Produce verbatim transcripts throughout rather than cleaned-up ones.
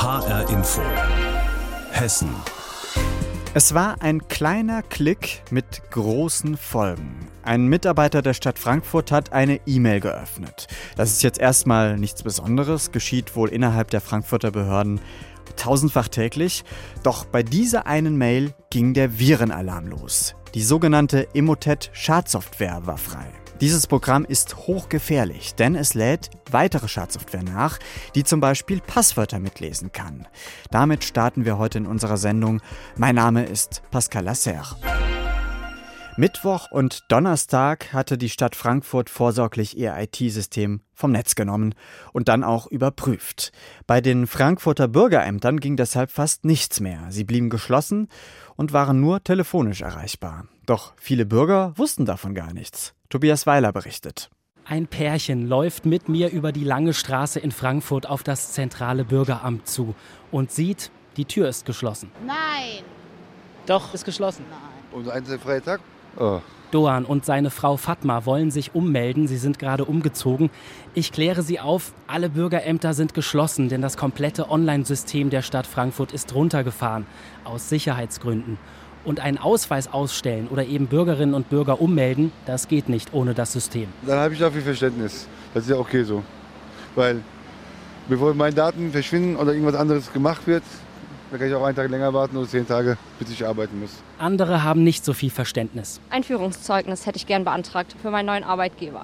H R Info Hessen. Es war ein kleiner Klick mit großen Folgen. Ein Mitarbeiter der Stadt Frankfurt hat eine E-Mail geöffnet. Das ist jetzt erstmal nichts Besonderes, geschieht wohl innerhalb der Frankfurter Behörden tausendfach täglich. Doch bei dieser einen Mail ging der Virenalarm los. Die sogenannte Emotet-Schadsoftware war frei. Dieses Programm ist hochgefährlich, denn es lädt weitere Schadsoftware nach, die zum Beispiel Passwörter mitlesen kann. Damit starten wir heute in unserer Sendung. Mein Name ist Pascal Lasserre. Mittwoch und Donnerstag hatte die Stadt Frankfurt vorsorglich ihr I T-System vom Netz genommen und dann auch überprüft. Bei den Frankfurter Bürgerämtern ging deshalb fast nichts mehr. Sie blieben geschlossen und waren nur telefonisch erreichbar. Doch viele Bürger wussten davon gar nichts. Tobias Weiler berichtet. Ein Pärchen läuft mit mir über die lange Straße in Frankfurt auf das zentrale Bürgeramt zu und sieht, die Tür ist geschlossen. Nein. Doch, ist geschlossen. Nein. Und ein freier Tag? Oh. Doan und seine Frau Fatma wollen sich ummelden. Sie sind gerade umgezogen. Ich kläre sie auf, alle Bürgerämter sind geschlossen, denn das komplette Online-System der Stadt Frankfurt ist runtergefahren, aus Sicherheitsgründen. Und einen Ausweis ausstellen oder eben Bürgerinnen und Bürger ummelden, das geht nicht ohne das System. Dann habe ich dafür Verständnis. Das ist ja okay so. Weil bevor meine Daten verschwinden oder irgendwas anderes gemacht wird, da kann ich auch einen Tag länger warten oder zehn Tage, bis ich arbeiten muss. Andere haben nicht so viel Verständnis. Einführungszeugnis hätte ich gern beantragt für meinen neuen Arbeitgeber.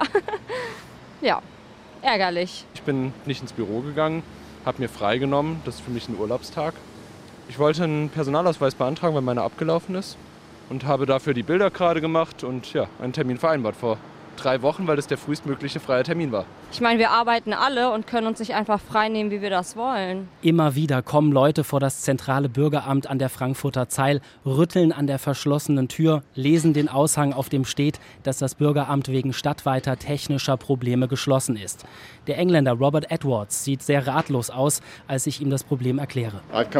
Ja, ärgerlich. Ich bin nicht ins Büro gegangen, habe mir freigenommen. Das ist für mich ein Urlaubstag. Ich wollte einen Personalausweis beantragen, weil meiner abgelaufen ist. Und habe dafür die Bilder gerade gemacht und ja, einen Termin vereinbart vor drei Wochen, weil das der frühestmögliche freie Termin war. Ich meine, wir arbeiten alle und können uns nicht einfach frei nehmen, wie wir das wollen. Immer wieder kommen Leute vor das zentrale Bürgeramt an der Frankfurter Zeil, rütteln an der verschlossenen Tür, lesen den Aushang, auf dem steht, dass das Bürgeramt wegen stadtweiter technischer Probleme geschlossen ist. Der Engländer Robert Edwards sieht sehr ratlos aus, als ich ihm das Problem erkläre.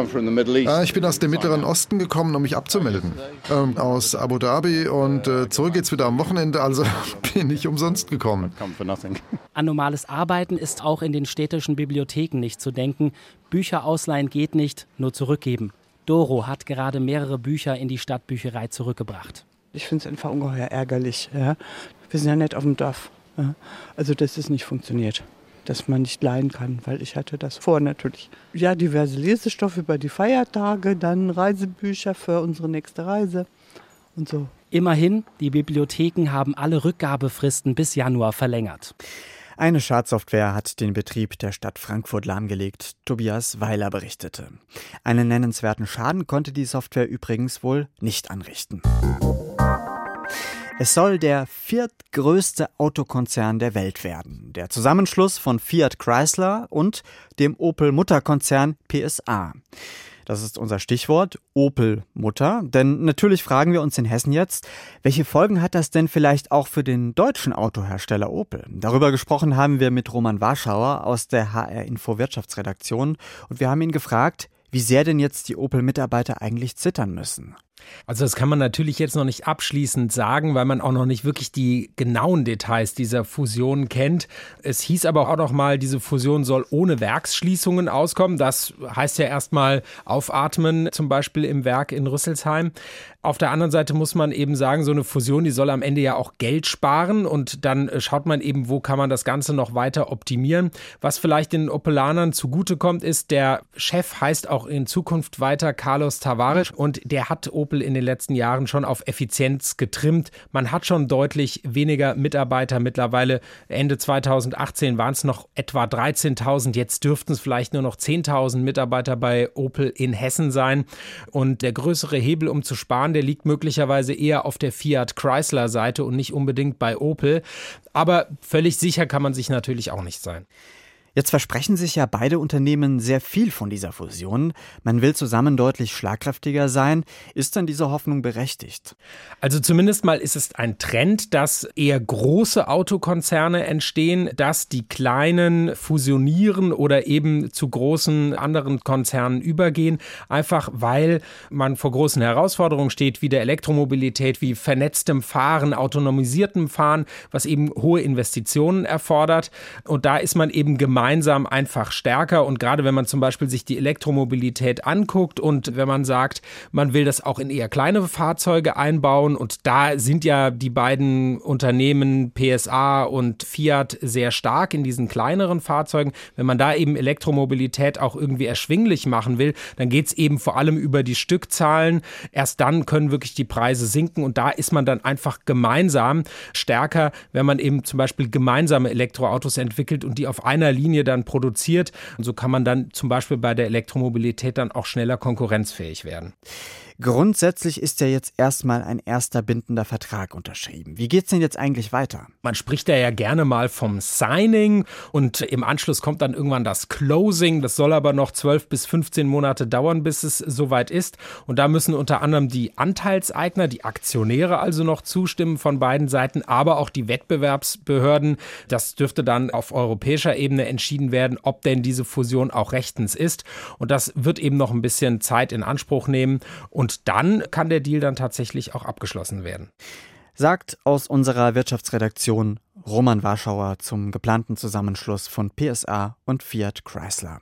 Ich bin aus dem Mittleren Osten gekommen, um mich abzumelden. Ähm, aus Abu Dhabi und äh, zurück geht's wieder am Wochenende, also bin ich umsonst gekommen. An normales Arbeiten ist auch in den städtischen Bibliotheken nicht zu denken. Bücher ausleihen geht nicht, nur zurückgeben. Doro hat gerade mehrere Bücher in die Stadtbücherei zurückgebracht. Ich finde es einfach ungeheuer ärgerlich. Ja. Wir sind ja nicht auf dem Dorf. Ja. Also dass es nicht funktioniert, dass man nicht leihen kann, weil ich hatte das vor natürlich. Ja, diverse Lesestoffe über die Feiertage, dann Reisebücher für unsere nächste Reise und so. Immerhin, die Bibliotheken haben alle Rückgabefristen bis Januar verlängert. Eine Schadsoftware hat den Betrieb der Stadt Frankfurt lahmgelegt, Tobias Weiler berichtete. Einen nennenswerten Schaden konnte die Software übrigens wohl nicht anrichten. Es soll der viertgrößte Autokonzern der Welt werden. Der Zusammenschluss von Fiat Chrysler und dem Opel-Mutterkonzern P S A. Das ist unser Stichwort, Opel-Mutter. Denn natürlich fragen wir uns in Hessen jetzt, welche Folgen hat das denn vielleicht auch für den deutschen Autohersteller Opel? Darüber gesprochen haben wir mit Roman Warschauer aus der H R Info Wirtschaftsredaktion. Und wir haben ihn gefragt, wie sehr denn jetzt die Opel-Mitarbeiter eigentlich zittern müssen. Also das kann man natürlich jetzt noch nicht abschließend sagen, weil man auch noch nicht wirklich die genauen Details dieser Fusion kennt. Es hieß aber auch noch mal, diese Fusion soll ohne Werksschließungen auskommen. Das heißt ja erstmal aufatmen, zum Beispiel im Werk in Rüsselsheim. Auf der anderen Seite muss man eben sagen, so eine Fusion, die soll am Ende ja auch Geld sparen und dann schaut man eben, wo kann man das Ganze noch weiter optimieren. Was vielleicht den Opelanern zugutekommt, ist, der Chef heißt auch in Zukunft weiter Carlos Tavares und der hat Opel in den letzten Jahren schon auf Effizienz getrimmt. Man hat schon deutlich weniger Mitarbeiter mittlerweile. Ende zweitausendachtzehn waren es noch etwa dreizehntausend. Jetzt dürften es vielleicht nur noch zehntausend Mitarbeiter bei Opel in Hessen sein. Und der größere Hebel, um zu sparen, der liegt möglicherweise eher auf der Fiat Chrysler Seite und nicht unbedingt bei Opel. Aber völlig sicher kann man sich natürlich auch nicht sein. Jetzt versprechen sich ja beide Unternehmen sehr viel von dieser Fusion. Man will zusammen deutlich schlagkräftiger sein. Ist denn diese Hoffnung berechtigt? Also zumindest mal ist es ein Trend, dass eher große Autokonzerne entstehen, dass die kleinen fusionieren oder eben zu großen anderen Konzernen übergehen. Einfach weil man vor großen Herausforderungen steht, wie der Elektromobilität, wie vernetztem Fahren, autonomisiertem Fahren, was eben hohe Investitionen erfordert. Und da ist man eben gemeinsam gemeinsam einfach stärker. Und gerade wenn man zum Beispiel sich die Elektromobilität anguckt und wenn man sagt, man will das auch in eher kleinere Fahrzeuge einbauen, und da sind ja die beiden Unternehmen P S A und Fiat sehr stark in diesen kleineren Fahrzeugen. Wenn man da eben Elektromobilität auch irgendwie erschwinglich machen will, dann geht es eben vor allem über die Stückzahlen. Erst dann können wirklich die Preise sinken, und da ist man dann einfach gemeinsam stärker, wenn man eben zum Beispiel gemeinsame Elektroautos entwickelt und die auf einer Linie dann produziert. Und so kann man dann zum Beispiel bei der Elektromobilität dann auch schneller konkurrenzfähig werden. Grundsätzlich ist ja jetzt erstmal ein erster bindender Vertrag unterschrieben. Wie geht's denn jetzt eigentlich weiter? Man spricht da ja gerne mal vom Signing, und im Anschluss kommt dann irgendwann das Closing. Das soll aber noch zwölf bis fünfzehn Monate dauern, bis es soweit ist. Und da müssen unter anderem die Anteilseigner, die Aktionäre also noch zustimmen von beiden Seiten, aber auch die Wettbewerbsbehörden. Das dürfte dann auf europäischer Ebene entschieden werden, ob denn diese Fusion auch rechtens ist. Und das wird eben noch ein bisschen Zeit in Anspruch nehmen. Und dann kann der Deal dann tatsächlich auch abgeschlossen werden. Sagt aus unserer Wirtschaftsredaktion Roman Warschauer zum geplanten Zusammenschluss von P S A und Fiat Chrysler.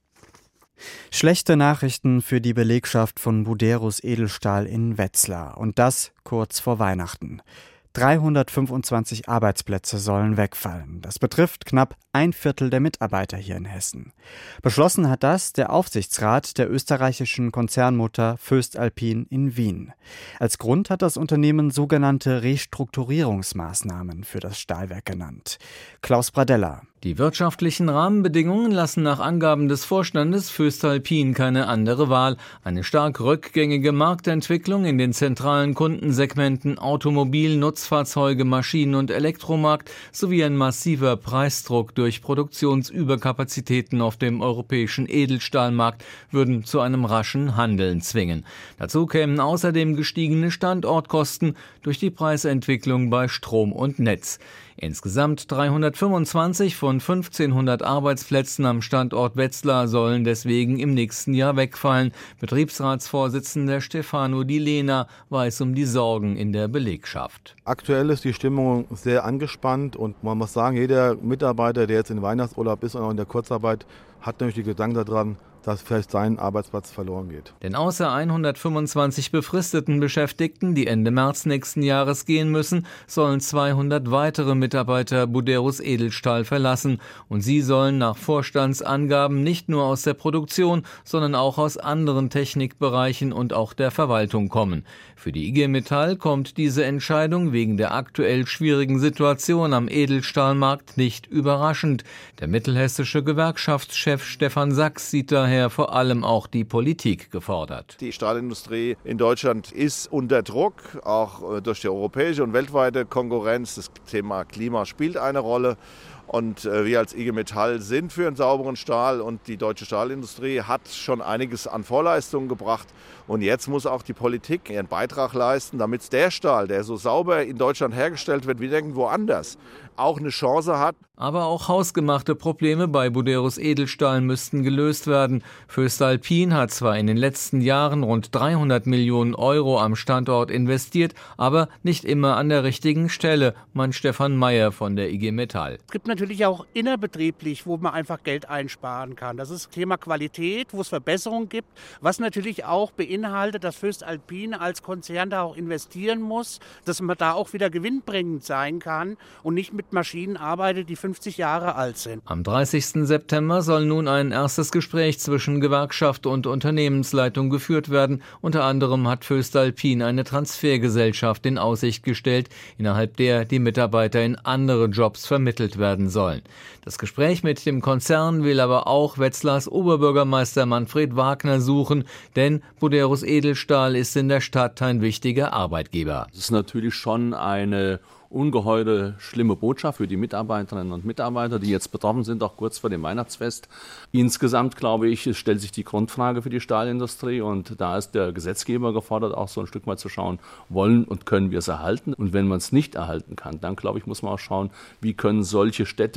Schlechte Nachrichten für die Belegschaft von Buderus Edelstahl in Wetzlar, und das kurz vor Weihnachten. dreihundertfünfundzwanzig Arbeitsplätze sollen wegfallen. Das betrifft knapp ein Viertel der Mitarbeiter hier in Hessen. Beschlossen hat das der Aufsichtsrat der österreichischen Konzernmutter voestalpine in Wien. Als Grund hat das Unternehmen sogenannte Restrukturierungsmaßnahmen für das Stahlwerk genannt. Klaus Bradella. Die wirtschaftlichen Rahmenbedingungen lassen nach Angaben des Vorstandes voestalpine keine andere Wahl. Eine stark rückgängige Marktentwicklung in den zentralen Kundensegmenten Automobil, Nutzfahrzeuge, Maschinen- und Elektromarkt sowie ein massiver Preisdruck durch Produktionsüberkapazitäten auf dem europäischen Edelstahlmarkt würden zu einem raschen Handeln zwingen. Dazu kämen außerdem gestiegene Standortkosten durch die Preisentwicklung bei Strom und Netz. Insgesamt dreihundertfünfundzwanzig von fünfzehnhundert Arbeitsplätzen am Standort Wetzlar sollen deswegen im nächsten Jahr wegfallen. Betriebsratsvorsitzender Stefano Di Lena weiß um die Sorgen in der Belegschaft. Aktuell ist die Stimmung sehr angespannt, und man muss sagen, jeder Mitarbeiter, der jetzt in Weihnachtsurlaub ist und auch in der Kurzarbeit, hat natürlich die Gedanken daran, dass vielleicht sein Arbeitsplatz verloren geht. Denn außer hundertfünfundzwanzig befristeten Beschäftigten, die Ende März nächsten Jahres gehen müssen, sollen zweihundert weitere Mitarbeiter Buderus Edelstahl verlassen. Und sie sollen nach Vorstandsangaben nicht nur aus der Produktion, sondern auch aus anderen Technikbereichen und auch der Verwaltung kommen. Für die I G Metall kommt diese Entscheidung wegen der aktuell schwierigen Situation am Edelstahlmarkt nicht überraschend. Der mittelhessische Gewerkschaftschef Stefan Sachs sieht daher vor allem auch die Politik gefordert. Die Stahlindustrie in Deutschland ist unter Druck, auch durch die europäische und weltweite Konkurrenz. Das Thema Klima spielt eine Rolle. Und wir als I G Metall sind für einen sauberen Stahl, und die deutsche Stahlindustrie hat schon einiges an Vorleistungen gebracht. Und jetzt muss auch die Politik ihren Beitrag leisten, damit der Stahl, der so sauber in Deutschland hergestellt wird wie nirgendwo anders, auch eine Chance hat. Aber auch hausgemachte Probleme bei Buderus Edelstahl müssten gelöst werden. Voestalpine hat zwar in den letzten Jahren rund dreihundert Millionen Euro am Standort investiert, aber nicht immer an der richtigen Stelle, meint Stefan Meyer von der I G Metall. Es gibt natürlich auch innerbetrieblich, wo man einfach Geld einsparen kann. Das ist das Thema Qualität, wo es Verbesserungen gibt, was natürlich auch beinhaltet, dass Voestalpine als Konzern da auch investieren muss, dass man da auch wieder gewinnbringend sein kann und nicht mit Maschinen arbeitet, die fünfzig Jahre alt sind. Am dreißigsten September soll nun ein erstes Gespräch zwischen Gewerkschaft und Unternehmensleitung geführt werden. Unter anderem hat Voestalpine eine Transfergesellschaft in Aussicht gestellt, innerhalb der die Mitarbeiter in andere Jobs vermittelt werden sollen. Das Gespräch mit dem Konzern will aber auch Wetzlars Oberbürgermeister Manfred Wagner suchen, denn Buderus Edelstahl ist in der Stadt ein wichtiger Arbeitgeber. Das ist natürlich schon eine ungeheure schlimme Botschaft für die Mitarbeiterinnen und Mitarbeiter, die jetzt betroffen sind, auch kurz vor dem Weihnachtsfest. Insgesamt, glaube ich, es stellt sich die Grundfrage für die Stahlindustrie, und da ist der Gesetzgeber gefordert, auch so ein Stück weit zu schauen, wollen und können wir es erhalten. Und wenn man es nicht erhalten kann, dann, glaube ich, muss man auch schauen, wie können solche Städte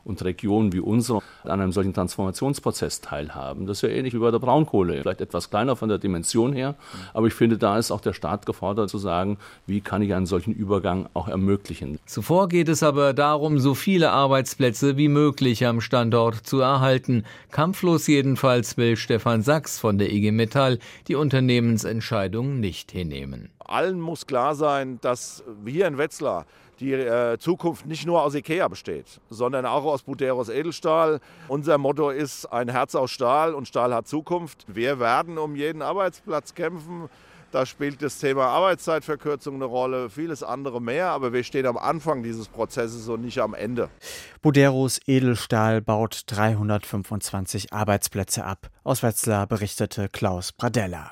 und Regionen wie unsere an einem solchen Transformationsprozess teilhaben. Das ist ja ähnlich wie bei der Braunkohle, vielleicht etwas kleiner von der Dimension her, aber ich finde, da ist auch der Staat gefordert zu sagen, wie kann ich einen solchen Übergang auch ermöglichen. Zuvor geht es aber darum, so viele Arbeitsplätze wie möglich am Standort zu erhalten. Kampflos jedenfalls will Stefan Sachs von der I G Metall die Unternehmensentscheidung nicht hinnehmen. Allen muss klar sein, dass wir hier in Wetzlar die äh, Zukunft nicht nur aus Ikea besteht, sondern auch aus Buderus Edelstahl. Unser Motto ist ein Herz aus Stahl und Stahl hat Zukunft. Wir werden um jeden Arbeitsplatz kämpfen. Da spielt das Thema Arbeitszeitverkürzung eine Rolle, vieles andere mehr, aber wir stehen am Anfang dieses Prozesses und nicht am Ende. Buderus Edelstahl baut dreihundertfünfundzwanzig Arbeitsplätze ab. Aus Wetzlar berichtete Klaus Pradella.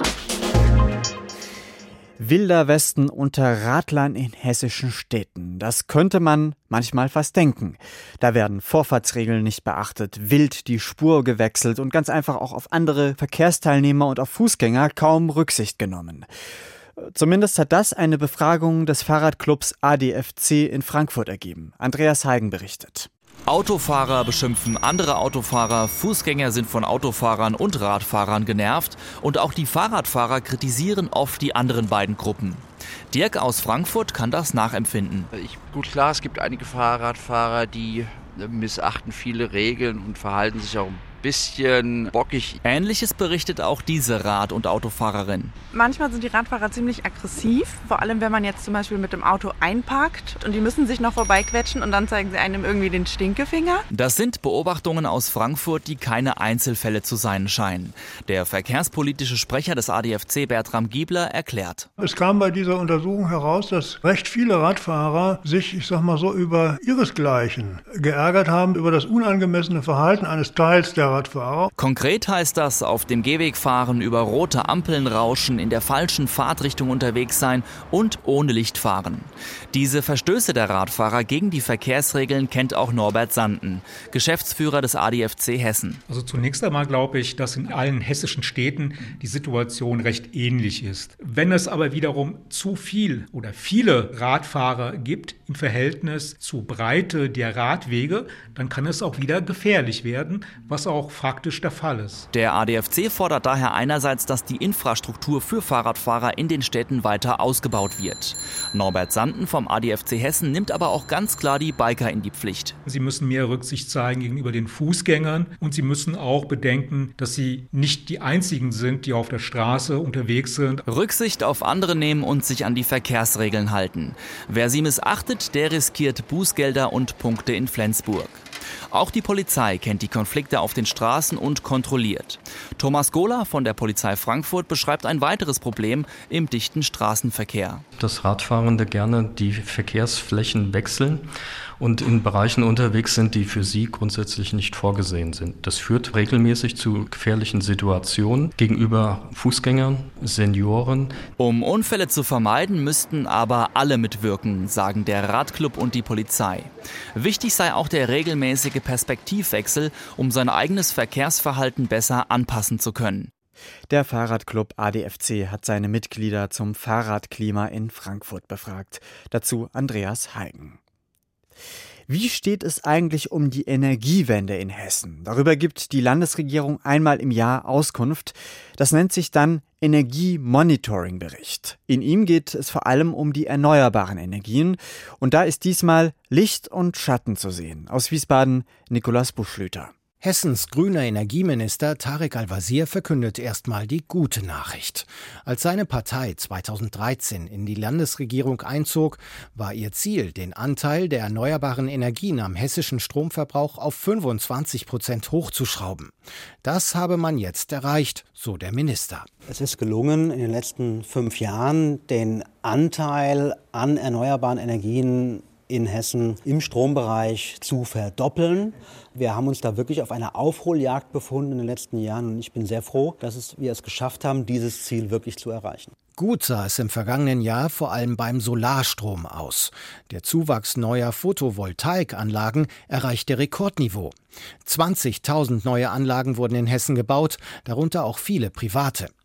Wilder Westen unter Radlern in hessischen Städten. Das könnte man manchmal fast denken. Da werden Vorfahrtsregeln nicht beachtet, wild die Spur gewechselt und ganz einfach auch auf andere Verkehrsteilnehmer und auf Fußgänger kaum Rücksicht genommen. Zumindest hat das eine Befragung des Fahrradclubs A D F C in Frankfurt ergeben. Andreas Heigen berichtet. Autofahrer beschimpfen andere Autofahrer, Fußgänger sind von Autofahrern und Radfahrern genervt und auch die Fahrradfahrer kritisieren oft die anderen beiden Gruppen. Dirk aus Frankfurt kann das nachempfinden. Ich, gut klar, es gibt einige Fahrradfahrer, die missachten viele Regeln und verhalten sich auch ein bisschen bockig. Ähnliches berichtet auch diese Rad- und Autofahrerin. Manchmal sind die Radfahrer ziemlich aggressiv, vor allem wenn man jetzt zum Beispiel mit dem Auto einparkt und die müssen sich noch vorbeiquetschen und dann zeigen sie einem irgendwie den Stinkefinger. Das sind Beobachtungen aus Frankfurt, die keine Einzelfälle zu sein scheinen. Der verkehrspolitische Sprecher des A D F C, Bertram Giebler, erklärt. Es kam bei dieser Untersuchung heraus, dass recht viele Radfahrer sich, ich sag mal so, über ihresgleichen geärgert haben, über das unangemessene Verhalten eines Teils der Radfahrer. Konkret heißt das, auf dem Gehweg fahren, über rote Ampeln rauschen, in der falschen Fahrtrichtung unterwegs sein und ohne Licht fahren. Diese Verstöße der Radfahrer gegen die Verkehrsregeln kennt auch Norbert Sanden, Geschäftsführer des A D F C Hessen. Also zunächst einmal glaube ich, dass in allen hessischen Städten die Situation recht ähnlich ist. Wenn es aber wiederum zu viel oder viele Radfahrer gibt im Verhältnis zur Breite der Radwege, dann kann es auch wieder gefährlich werden, was auch auch faktisch der Fall ist. Der A D F C fordert daher einerseits, dass die Infrastruktur für Fahrradfahrer in den Städten weiter ausgebaut wird. Norbert Sanden vom A D F C Hessen nimmt aber auch ganz klar die Biker in die Pflicht. Sie müssen mehr Rücksicht zeigen gegenüber den Fußgängern und sie müssen auch bedenken, dass sie nicht die einzigen sind, die auf der Straße unterwegs sind. Rücksicht auf andere nehmen und sich an die Verkehrsregeln halten. Wer sie missachtet, der riskiert Bußgelder und Punkte in Flensburg. Auch die Polizei kennt die Konflikte auf den Straßen und kontrolliert. Thomas Gohler von der Polizei Frankfurt beschreibt ein weiteres Problem im dichten Straßenverkehr. Dass Radfahrende gerne die Verkehrsflächen wechseln und in Bereichen unterwegs sind, die für sie grundsätzlich nicht vorgesehen sind. Das führt regelmäßig zu gefährlichen Situationen gegenüber Fußgängern, Senioren. Um Unfälle zu vermeiden, müssten aber alle mitwirken, sagen der Radclub und die Polizei. Wichtig sei auch der regelmäßige Perspektivwechsel, um sein eigenes Verkehrsverhalten besser anpassen zu können. Der Fahrradclub A D F C hat seine Mitglieder zum Fahrradklima in Frankfurt befragt. Dazu Andreas Heigen. Wie steht es eigentlich um die Energiewende in Hessen? Darüber gibt die Landesregierung einmal im Jahr Auskunft. Das nennt sich dann Energiemonitoring-Bericht. In ihm geht es vor allem um die erneuerbaren Energien. Und da ist diesmal Licht und Schatten zu sehen. Aus Wiesbaden Nikolaus Buschlüter. Hessens grüner Energieminister Tarek Al-Wazir verkündet erstmal die gute Nachricht. Als seine Partei zweitausenddreizehn in die Landesregierung einzog, war ihr Ziel, den Anteil der erneuerbaren Energien am hessischen Stromverbrauch auf fünfundzwanzig Prozent hochzuschrauben. Das habe man jetzt erreicht, so der Minister. Es ist gelungen, in den letzten fünf Jahren den Anteil an erneuerbaren Energien in Hessen im Strombereich zu verdoppeln. Wir haben uns da wirklich auf einer Aufholjagd befunden in den letzten Jahren und ich bin sehr froh, dass es, wir es geschafft haben, dieses Ziel wirklich zu erreichen. Gut sah es im vergangenen Jahr vor allem beim Solarstrom aus. Der Zuwachs neuer Photovoltaikanlagen erreichte Rekordniveau. zwanzigtausend neue Anlagen wurden in Hessen gebaut, darunter auch viele private.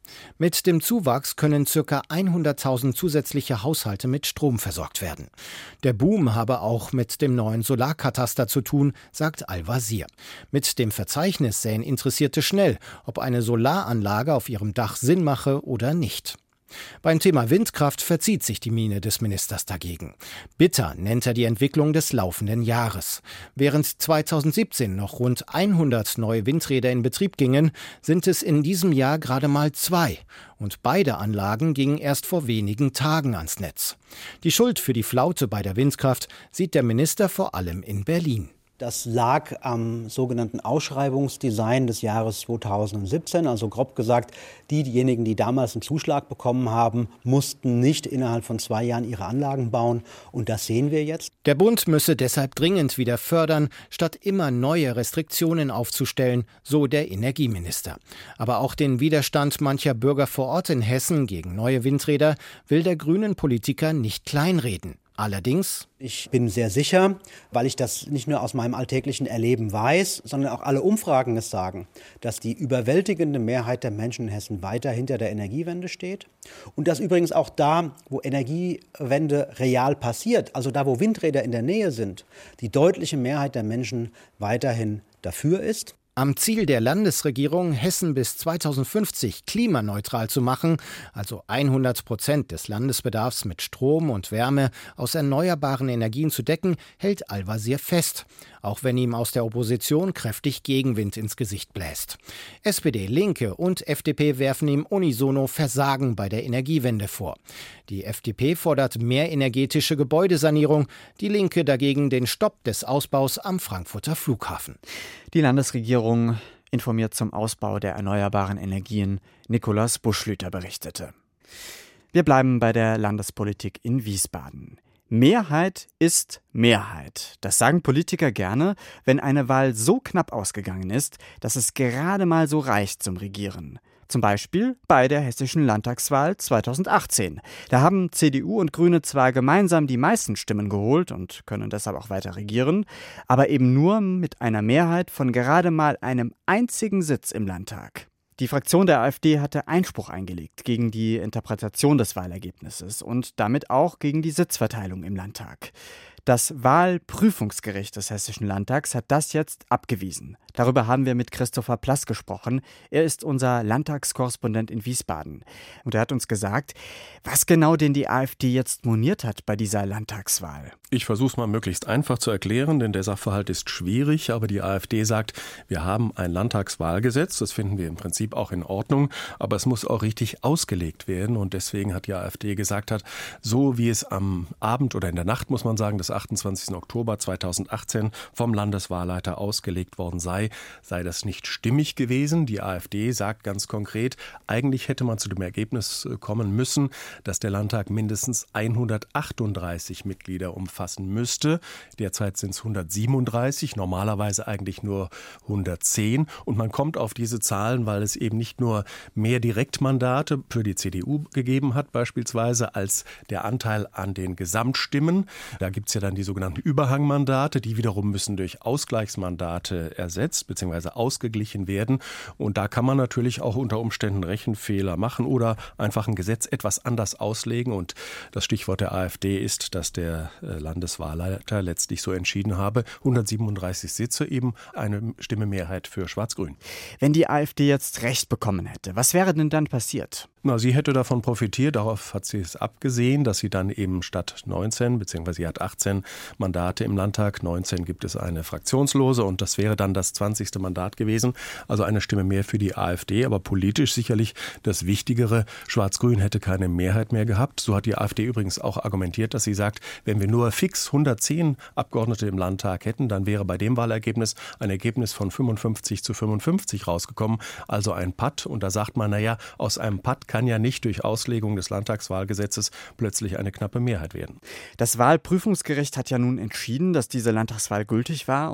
Mit dem Zuwachs können ca. hunderttausend zusätzliche Haushalte mit Strom versorgt werden. Der Boom habe auch mit dem neuen Solarkataster zu tun, sagt Al-Wazir. Mit dem Verzeichnis sähen Interessierte schnell, ob eine Solaranlage auf ihrem Dach Sinn mache oder nicht. Beim Thema Windkraft verzieht sich die Miene des Ministers dagegen. Bitter nennt er die Entwicklung des laufenden Jahres. Während zweitausendsiebzehn noch rund hundert neue Windräder in Betrieb gingen, sind es in diesem Jahr gerade mal zwei. Und beide Anlagen gingen erst vor wenigen Tagen ans Netz. Die Schuld für die Flaute bei der Windkraft sieht der Minister vor allem in Berlin. Das lag am sogenannten Ausschreibungsdesign des Jahres zweitausendsiebzehn. Also grob gesagt, die, diejenigen, die damals einen Zuschlag bekommen haben, mussten nicht innerhalb von zwei Jahren ihre Anlagen bauen. Und das sehen wir jetzt. Der Bund müsse deshalb dringend wieder fördern, statt immer neue Restriktionen aufzustellen, so der Energieminister. Aber auch den Widerstand mancher Bürger vor Ort in Hessen gegen neue Windräder will der grünen Politiker nicht kleinreden. Allerdings, ich bin sehr sicher, weil ich das nicht nur aus meinem alltäglichen Erleben weiß, sondern auch alle Umfragen es sagen, dass die überwältigende Mehrheit der Menschen in Hessen weiter hinter der Energiewende steht und dass übrigens auch da, wo Energiewende real passiert, also da, wo Windräder in der Nähe sind, die deutliche Mehrheit der Menschen weiterhin dafür ist. Am Ziel der Landesregierung, Hessen bis zweitausendfünfzig klimaneutral zu machen, also hundert Prozent des Landesbedarfs mit Strom und Wärme aus erneuerbaren Energien zu decken, hält Al-Wazir fest, auch wenn ihm aus der Opposition kräftig Gegenwind ins Gesicht bläst. S P D, Linke und F D P werfen ihm unisono Versagen bei der Energiewende vor. Die F D P fordert mehr energetische Gebäudesanierung, die Linke dagegen den Stopp des Ausbaus am Frankfurter Flughafen. Die Landesregierung informiert zum Ausbau der erneuerbaren Energien. Nikolaus Buschlüter berichtete. Wir bleiben bei der Landespolitik in Wiesbaden. Mehrheit ist Mehrheit. Das sagen Politiker gerne, wenn eine Wahl so knapp ausgegangen ist, dass es gerade mal so reicht zum Regieren. Zum Beispiel bei der hessischen Landtagswahl zweitausendachtzehn. Da haben C D U und Grüne zwar gemeinsam die meisten Stimmen geholt und können deshalb auch weiter regieren, aber eben nur mit einer Mehrheit von gerade mal einem einzigen Sitz im Landtag. Die Fraktion der AfD hatte Einspruch eingelegt gegen die Interpretation des Wahlergebnisses und damit auch gegen die Sitzverteilung im Landtag. Das Wahlprüfungsgericht des Hessischen Landtags hat das jetzt abgewiesen. Darüber haben wir mit Christopher Plass gesprochen. Er ist unser Landtagskorrespondent in Wiesbaden. Und er hat uns gesagt, was genau denn die AfD jetzt moniert hat bei dieser Landtagswahl. Ich versuche es mal möglichst einfach zu erklären, denn der Sachverhalt ist schwierig. Aber die AfD sagt, wir haben ein Landtagswahlgesetz. Das finden wir im Prinzip auch in Ordnung. Aber es muss auch richtig ausgelegt werden. Und deswegen hat die AfD gesagt, hat, so wie es am Abend oder in der Nacht, muss man sagen, des achtundzwanzigsten Oktober zweitausendachtzehn vom Landeswahlleiter ausgelegt worden sei, sei das nicht stimmig gewesen. Die AfD sagt ganz konkret, eigentlich hätte man zu dem Ergebnis kommen müssen, dass der Landtag mindestens hundertachtunddreißig Mitglieder umfassen müsste. Derzeit sind es hundertsiebenunddreißig, normalerweise eigentlich nur hundertzehn. Und man kommt auf diese Zahlen, weil es eben nicht nur mehr Direktmandate für die C D U gegeben hat, beispielsweise, als der Anteil an den Gesamtstimmen. Da gibt es ja dann die sogenannten Überhangmandate, die wiederum müssen durch Ausgleichsmandate ersetzt bzw. ausgeglichen werden. Und da kann man natürlich auch unter Umständen Rechenfehler machen oder einfach ein Gesetz etwas anders auslegen. Und das Stichwort der AfD ist, dass der Landeswahlleiter letztlich so entschieden habe, hundertsiebenunddreißig Sitze, eben eine Stimmemehrheit für Schwarz-Grün. Wenn die AfD jetzt Recht bekommen hätte, was wäre denn dann passiert? Na, sie hätte davon profitiert, darauf hat sie es abgesehen, dass sie dann eben statt neunzehn, beziehungsweise sie hat achtzehn Mandate im Landtag, neunzehn gibt es eine fraktionslose und das wäre dann das zwanzigste Mandat gewesen, also eine Stimme mehr für die AfD, aber politisch sicherlich das Wichtigere, Schwarz-Grün hätte keine Mehrheit mehr gehabt. So hat die AfD übrigens auch argumentiert, dass sie sagt, wenn wir nur fix hundertzehn Abgeordnete im Landtag hätten, dann wäre bei dem Wahlergebnis ein Ergebnis von fünfundfünfzig zu fünfundfünfzig rausgekommen, also ein Patt. Und da sagt man, naja, aus einem Patt kann ja nicht durch Auslegung des Landtagswahlgesetzes plötzlich eine knappe Mehrheit werden. Das Wahlprüfungsgericht hat ja nun entschieden, dass diese Landtagswahl gültig war und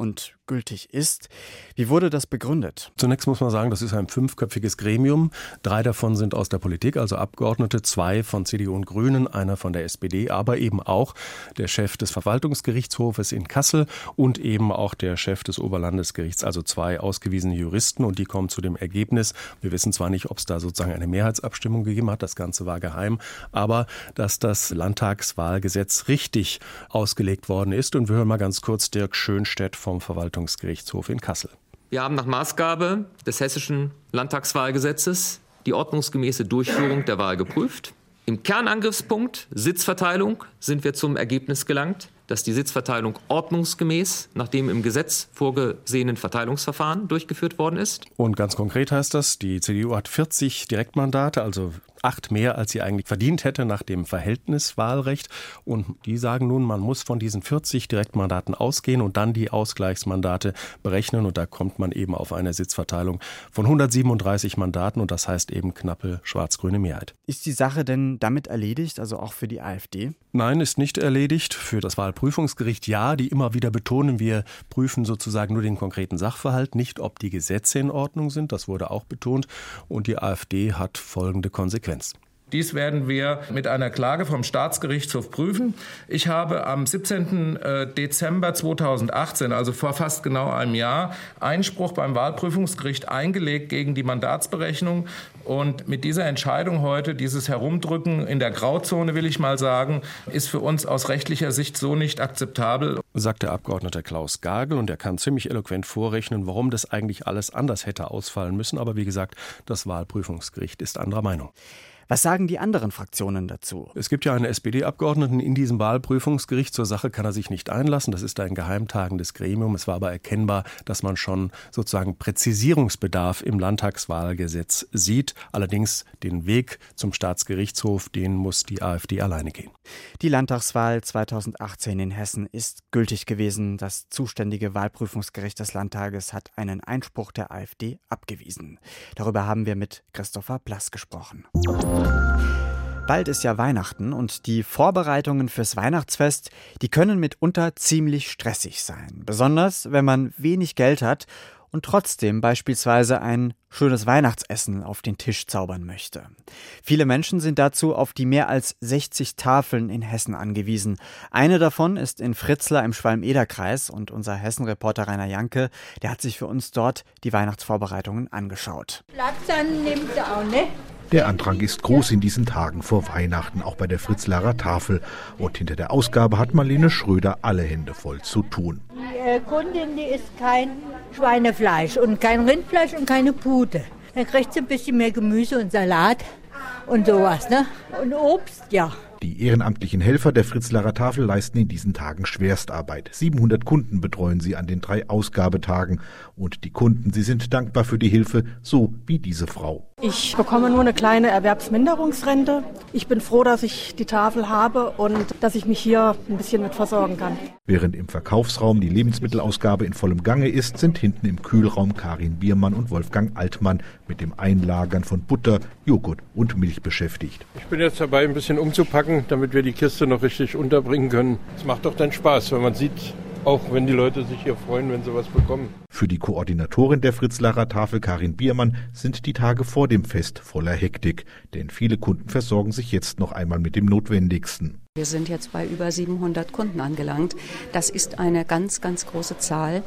gültig ist. Wie wurde das begründet? Zunächst muss man sagen, das ist ein fünfköpfiges Gremium. Drei davon sind aus der Politik, also Abgeordnete, zwei von C D U und Grünen, einer von der S P D, aber eben auch der Chef des Verwaltungsgerichtshofes in Kassel und eben auch der Chef des Oberlandesgerichts, also zwei ausgewiesene Juristen, und die kommen zu dem Ergebnis. Wir wissen zwar nicht, ob es da sozusagen eine Mehrheitsabstimmung gegeben hat, das Ganze war geheim, aber dass das Landtagswahlgesetz richtig ausgelegt worden ist. Und wir hören mal ganz kurz Dirk Schönstedt vom Verwaltungsgerichtshof in Kassel. Wir haben nach Maßgabe des hessischen Landtagswahlgesetzes die ordnungsgemäße Durchführung der Wahl geprüft. Im Kernangriffspunkt Sitzverteilung sind wir zum Ergebnis gelangt, dass die Sitzverteilung ordnungsgemäß nach dem im Gesetz vorgesehenen Verteilungsverfahren durchgeführt worden ist. Und ganz konkret heißt das, die C D U hat vierzig Direktmandate, also acht mehr, als sie eigentlich verdient hätte nach dem Verhältniswahlrecht. Und die sagen nun, man muss von diesen vierzig Direktmandaten ausgehen und dann die Ausgleichsmandate berechnen. Und da kommt man eben auf eine Sitzverteilung von hundertsiebenunddreißig Mandaten und das heißt eben knappe schwarz-grüne Mehrheit. Ist die Sache denn damit erledigt, also auch für die AfD? Nein, ist nicht erledigt. Für das Wahlprüfungsgericht ja, die immer wieder betonen, wir prüfen sozusagen nur den konkreten Sachverhalt, nicht ob die Gesetze in Ordnung sind. Das wurde auch betont. Und die AfD hat folgende Konsequenz. Dies werden wir mit einer Klage vom Staatsgerichtshof prüfen. Ich habe am siebzehnten Dezember zweitausendachtzehn, also vor fast genau einem Jahr, Einspruch beim Wahlprüfungsgericht eingelegt gegen die Mandatsberechnung. Und mit dieser Entscheidung heute, dieses Herumdrücken in der Grauzone, will ich mal sagen, ist für uns aus rechtlicher Sicht so nicht akzeptabel. Sagt der Abgeordnete Klaus Gagel, und er kann ziemlich eloquent vorrechnen, warum das eigentlich alles anders hätte ausfallen müssen. Aber wie gesagt, das Wahlprüfungsgericht ist anderer Meinung. Was sagen die anderen Fraktionen dazu? Es gibt ja einen S P D-Abgeordneten in diesem Wahlprüfungsgericht. Zur Sache kann er sich nicht einlassen. Das ist ein geheimtagendes Gremium. Es war aber erkennbar, dass man schon sozusagen Präzisierungsbedarf im Landtagswahlgesetz sieht. Allerdings den Weg zum Staatsgerichtshof, den muss die AfD alleine gehen. Die Landtagswahl zweitausendachtzehn in Hessen ist gültig gewesen. Das zuständige Wahlprüfungsgericht des Landtages hat einen Einspruch der AfD abgewiesen. Darüber haben wir mit Christopher Blass gesprochen. Bald ist ja Weihnachten und die Vorbereitungen fürs Weihnachtsfest, die können mitunter ziemlich stressig sein. Besonders, wenn man wenig Geld hat und trotzdem beispielsweise ein schönes Weihnachtsessen auf den Tisch zaubern möchte. Viele Menschen sind dazu auf die mehr als sechzig Tafeln in Hessen angewiesen. Eine davon ist in Fritzlar im Schwalm-Eder-Kreis und unser Hessen-Reporter Rainer Janke, der hat sich für uns dort die Weihnachtsvorbereitungen angeschaut. Platz nimmt er auch, ne? Der Andrang ist groß in diesen Tagen vor Weihnachten, auch bei der Fritzlarer Tafel. Und hinter der Ausgabe hat Marlene Schröder alle Hände voll zu tun. Die äh, Kundin, die isst kein Schweinefleisch und kein Rindfleisch und keine Pute. Dann kriegt sie ein bisschen mehr Gemüse und Salat und sowas, ne? Und Obst, ja. Die ehrenamtlichen Helfer der Fritzlarer Tafel leisten in diesen Tagen Schwerstarbeit. siebenhundert Kunden betreuen sie an den drei Ausgabetagen. Und die Kunden, sie sind dankbar für die Hilfe, so wie diese Frau. Ich bekomme nur eine kleine Erwerbsminderungsrente. Ich bin froh, dass ich die Tafel habe und dass ich mich hier ein bisschen mit versorgen kann. Während im Verkaufsraum die Lebensmittelausgabe in vollem Gange ist, sind hinten im Kühlraum Karin Biermann und Wolfgang Altmann mit dem Einlagern von Butter, Joghurt und Milch beschäftigt. Ich bin jetzt dabei, ein bisschen umzupacken, damit wir die Kiste noch richtig unterbringen können. Es macht doch dann Spaß, wenn man sieht, auch wenn die Leute sich hier freuen, wenn sie was bekommen. Für die Koordinatorin der Fritzlarer Tafel, Karin Biermann, sind die Tage vor dem Fest voller Hektik. Denn viele Kunden versorgen sich jetzt noch einmal mit dem Notwendigsten. Wir sind jetzt bei über siebenhundert Kunden angelangt. Das ist eine ganz, ganz große Zahl.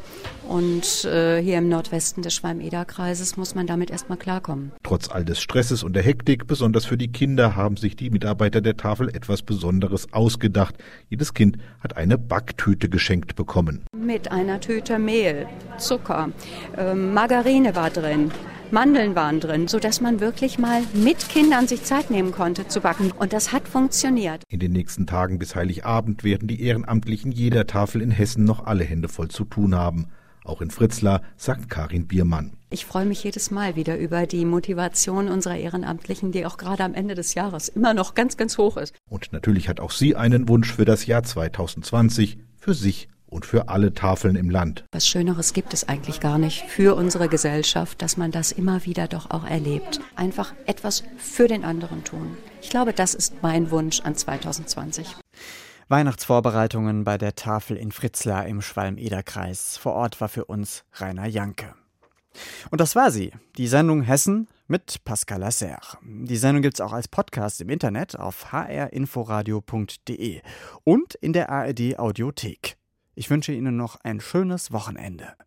Und äh, hier im Nordwesten des Schwalm-Eder-Kreises muss man damit erstmal klarkommen. Trotz all des Stresses und der Hektik, besonders für die Kinder, haben sich die Mitarbeiter der Tafel etwas Besonderes ausgedacht. Jedes Kind hat eine Backtüte geschenkt bekommen. Mit einer Tüte Mehl, Zucker, äh, Margarine war drin. Mandeln waren drin, sodass man wirklich mal mit Kindern sich Zeit nehmen konnte zu backen. Und das hat funktioniert. In den nächsten Tagen bis Heiligabend werden die Ehrenamtlichen jeder Tafel in Hessen noch alle Hände voll zu tun haben. Auch in Fritzlar, sagt Karin Biermann. Ich freue mich jedes Mal wieder über die Motivation unserer Ehrenamtlichen, die auch gerade am Ende des Jahres immer noch ganz, ganz hoch ist. Und natürlich hat auch sie einen Wunsch für das Jahr zweitausendzwanzig, für sich und für alle Tafeln im Land. Was Schöneres gibt es eigentlich gar nicht für unsere Gesellschaft, dass man das immer wieder doch auch erlebt. Einfach etwas für den anderen tun. Ich glaube, das ist mein Wunsch an zweitausendzwanzig. Weihnachtsvorbereitungen bei der Tafel in Fritzlar im Schwalm-Eder-Kreis. Vor Ort war für uns Rainer Janke. Und das war sie, die Sendung Hessen mit Pascal Lasser. Die Sendung gibt es auch als Podcast im Internet auf h r inforadio punkt d e und in der A R D Audiothek. Ich wünsche Ihnen noch ein schönes Wochenende.